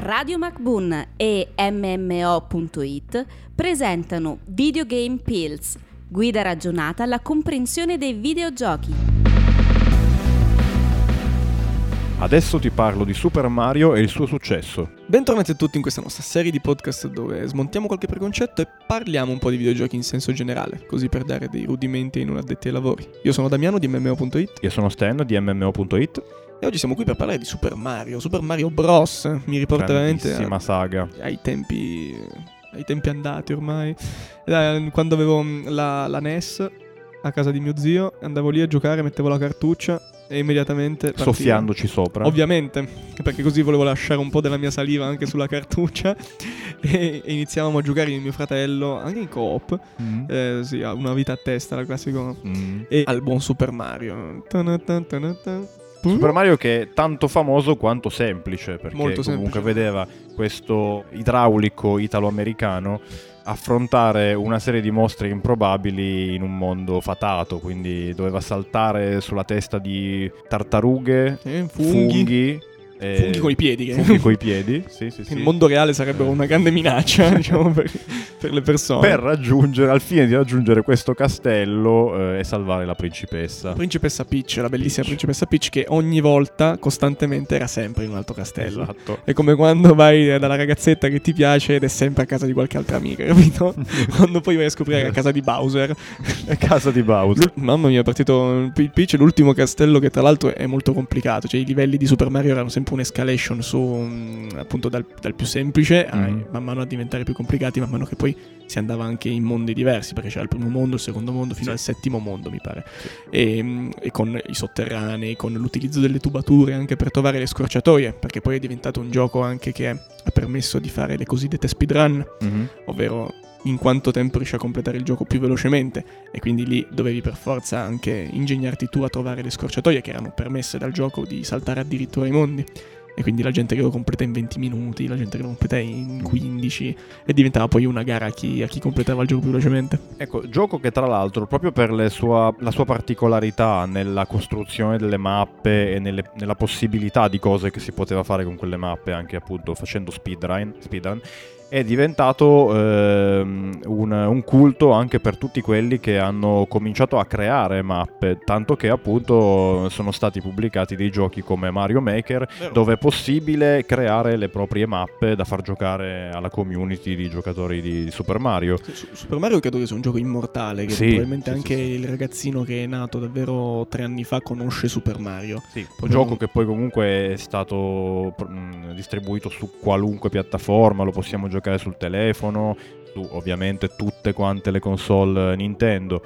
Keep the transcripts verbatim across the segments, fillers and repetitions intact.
Radio MacBoon e M M O punto it presentano Videogame Pills, guida ragionata alla comprensione dei videogiochi. Adesso ti parlo di Super Mario e il suo successo. Bentornati a tutti in questa nostra serie di podcast dove smontiamo qualche preconcetto e parliamo un po' di videogiochi in senso generale, così per dare dei rudimenti ai non addetti ai lavori. Io sono Damiano di M M O punto it. Io sono Stan di M M O punto it. E oggi siamo qui per parlare di Super Mario, Super Mario Bros. Mi riporta veramente a, saga. ai tempi ai tempi andati ormai. Quando avevo la, la N E S a casa di mio zio, andavo lì a giocare, mettevo la cartuccia e immediatamente partiva. Soffiandoci sopra. Ovviamente, perché così volevo lasciare un po' della mia saliva anche sulla cartuccia. E, e iniziavamo a giocare con mio fratello, anche in co-op. mm. eh, Sì, a una vita a testa, la classico. mm. E al buon Super Mario. Super Mario che è tanto famoso quanto semplice, perché Molto comunque semplice. vedeva questo idraulico italo-americano affrontare una serie di mostri improbabili in un mondo fatato, quindi doveva saltare sulla testa di tartarughe, eh, funghi, funghi, eh, funghi con i piedi, che funghi coi piedi, sì, sì, sì. nel mondo reale sarebbero una grande minaccia, diciamo, per, per le persone. Per raggiungere, al fine di raggiungere questo castello eh, e salvare la principessa. La principessa Peach, la bellissima Peach. principessa Peach, che ogni volta, costantemente, era sempre in un altro castello. Esatto. È come quando vai dalla ragazzetta che ti piace ed è sempre a casa di qualche altra amica, capito? Quando poi vai a scoprire che è a casa di Bowser. È casa di Bowser. Mamma mia, è partito Peach, l'ultimo castello, che tra l'altro è molto complicato. Cioè i livelli di Super Mario erano sempre un'escalation su, appunto, dal, dal più semplice a, mm. man mano a diventare più complicati, man mano che poi si andava anche in mondi diversi, perché c'era il primo mondo, il secondo mondo, fino sì. al settimo mondo, mi pare. Sì. E, e con i sotterranei, con l'utilizzo delle tubature anche per trovare le scorciatoie, perché poi è diventato un gioco anche che ha permesso di fare le cosiddette speedrun, mm-hmm. ovvero in quanto tempo riesci a completare il gioco più velocemente, e quindi lì dovevi per forza anche ingegnarti tu a trovare le scorciatoie che erano permesse dal gioco di saltare addirittura i mondi. E quindi la gente che lo completa in venti minuti, la gente che lo completa in quindici, e diventava poi una gara a chi, a chi completava il gioco più velocemente. Ecco, gioco che tra l'altro, proprio per le sua, la sua particolarità nella costruzione delle mappe e nelle, nella possibilità di cose che si poteva fare con quelle mappe, anche appunto facendo speedrun, speedrun è diventato ehm, un, un culto anche per tutti quelli che hanno cominciato a creare mappe, tanto che appunto sono stati pubblicati dei giochi come Mario Maker, Vero. dove è possibile creare le proprie mappe da far giocare alla community di giocatori di, di Super Mario. Sì, Super Mario credo che sia un gioco immortale, che sì, probabilmente sì, anche sì, sì. il ragazzino che è nato davvero tre anni fa conosce Super Mario. Sì, un gioco che poi comunque è stato mh, distribuito su qualunque piattaforma, lo possiamo giocare sul telefono, su ovviamente tutte quante le console Nintendo,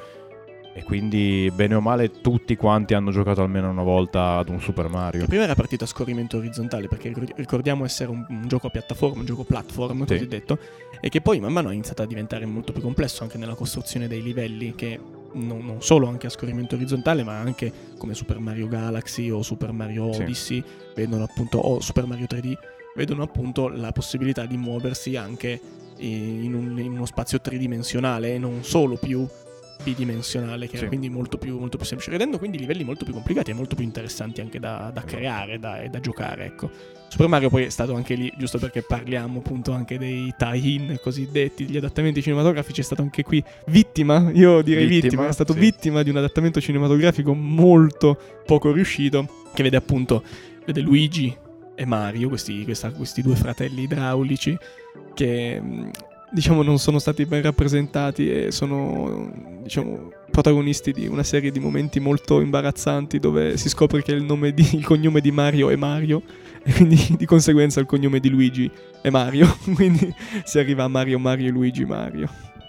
e quindi bene o male tutti quanti hanno giocato almeno una volta ad un Super Mario. La prima era partita a scorrimento orizzontale, perché ricordiamo essere un, un gioco a piattaforma, un gioco platform sì. cosiddetto, e che poi man mano è iniziato a diventare molto più complesso anche nella costruzione dei livelli, che non, non solo anche a scorrimento orizzontale, ma anche come Super Mario Galaxy o Super Mario Odyssey, sì. vedono appunto, o Super Mario tre D, vedono appunto la possibilità di muoversi anche in, un, in uno spazio tridimensionale e non solo più bidimensionale, che sì. è quindi molto più, molto più semplice, rendendo quindi i livelli molto più complicati e molto più interessanti anche da, da creare da, e da giocare, ecco. Super Mario poi è stato anche lì, giusto perché parliamo appunto anche dei tie-in cosiddetti, degli adattamenti cinematografici, è stato anche qui vittima, io direi vittima, vittima è stato sì. vittima di un adattamento cinematografico molto poco riuscito, che vede appunto vede Luigi e Mario, questi, questa, questi due fratelli idraulici che diciamo non sono stati ben rappresentati e sono diciamo protagonisti di una serie di momenti molto imbarazzanti, dove si scopre che il nome di, il cognome di Mario è Mario, e quindi di conseguenza il cognome di Luigi è Mario, quindi si arriva a Mario Mario e Luigi Mario.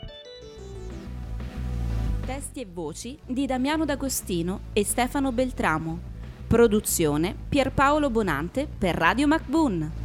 Testi e voci di Damiano D'Agostino e Stefano Beltramo. Produzione Pierpaolo Bonante per Radio MacBoon.